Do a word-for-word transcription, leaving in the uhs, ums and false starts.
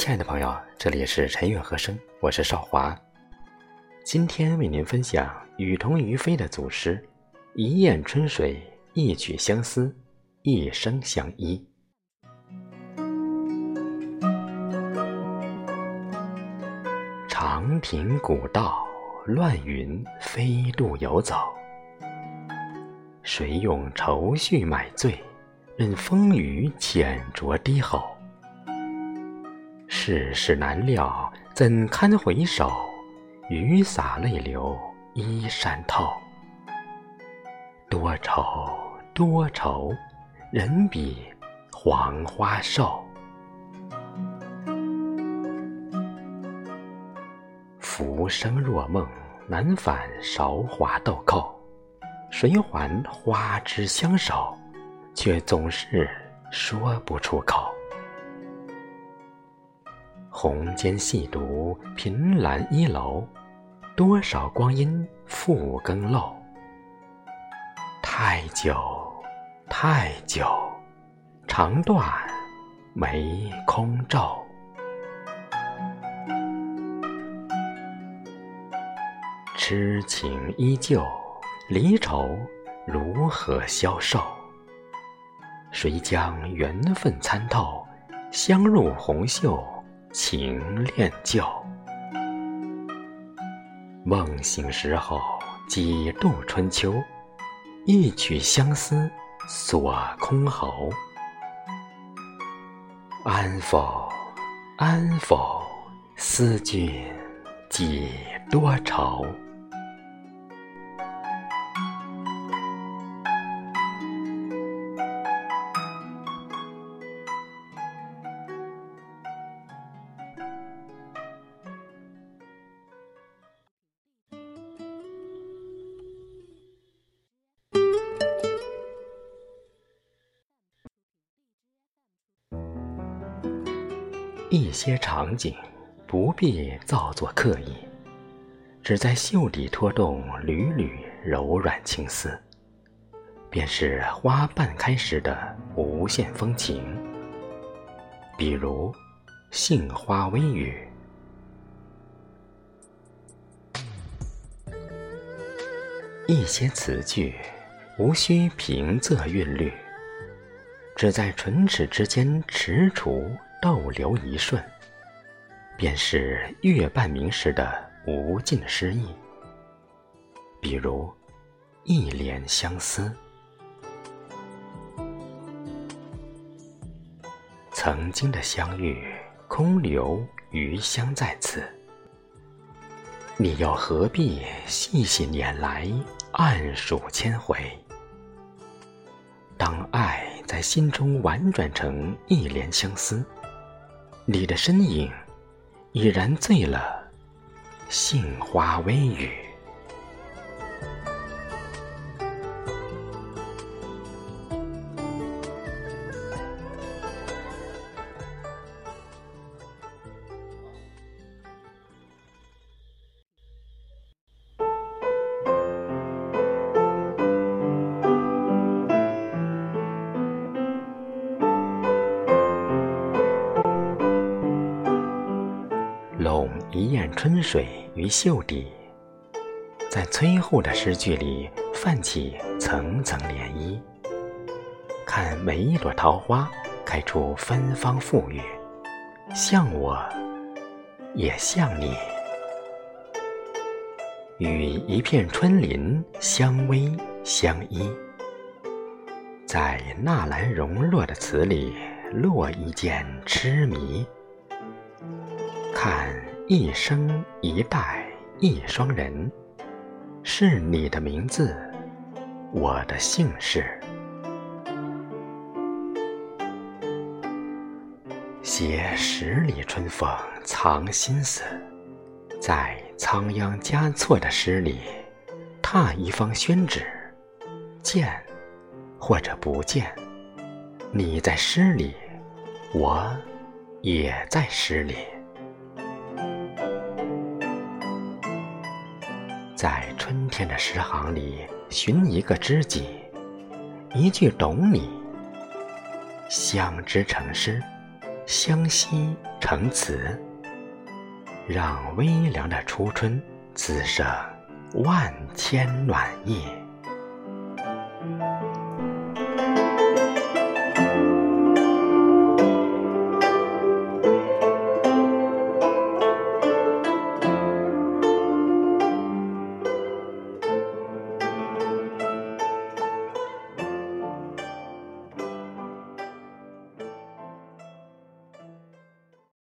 亲爱的朋友，这里是陈韵和声，我是少华。今天为您分享雨桐于飞的祖诗《一雁春水一曲相思一生相依》。长亭古道，乱云飞渡游走，谁用愁绪买醉，任风雨浅酌低吼。世事难料，怎堪回首，雨洒泪流衣衫透。多愁多愁，人比黄花瘦。浮生若梦，难返韶华豆蔻。谁还花枝相守，却总是说不出口。红笺细读凭栏一楼，多少光阴复更漏。太久太久，肠断眉空皱。痴情依旧，离愁如何消受？谁将缘分参透，相入红袖情恋旧。梦醒时候几度春秋，一曲相思锁空喉。安否安否，思君几多愁。一些场景不必造作刻意，只在袖底拖动缕缕柔软青丝，便是花瓣开时的无限风情。比如杏花微雨。一些词句无需平仄韵律，只在唇齿之间踟蹰逗留一瞬，便是月半明时的无尽诗意。比如一帘相思。曾经的相遇，空留余香在此，你又何必细细捻来，暗数千回？当爱在心中婉转成一帘相思，你的身影已然醉了杏花微雨。拢一雁春水于袖底，在崔护的诗句里泛起层层涟漪。看每一朵桃花开出芬芳馥郁，像我也像你，与一片春林相偎相依，在纳兰容若的词里落一件痴迷。看一生一代一双人，是你的名字，我的姓氏。携十里春风藏心思，在仓央嘉措的诗里踏一方宣纸，见或者不见，你在诗里，我也在诗里。在春天的诗行里寻一个知己，一句懂你，相知成诗，相惜成词，让微凉的初春滋生万千暖意。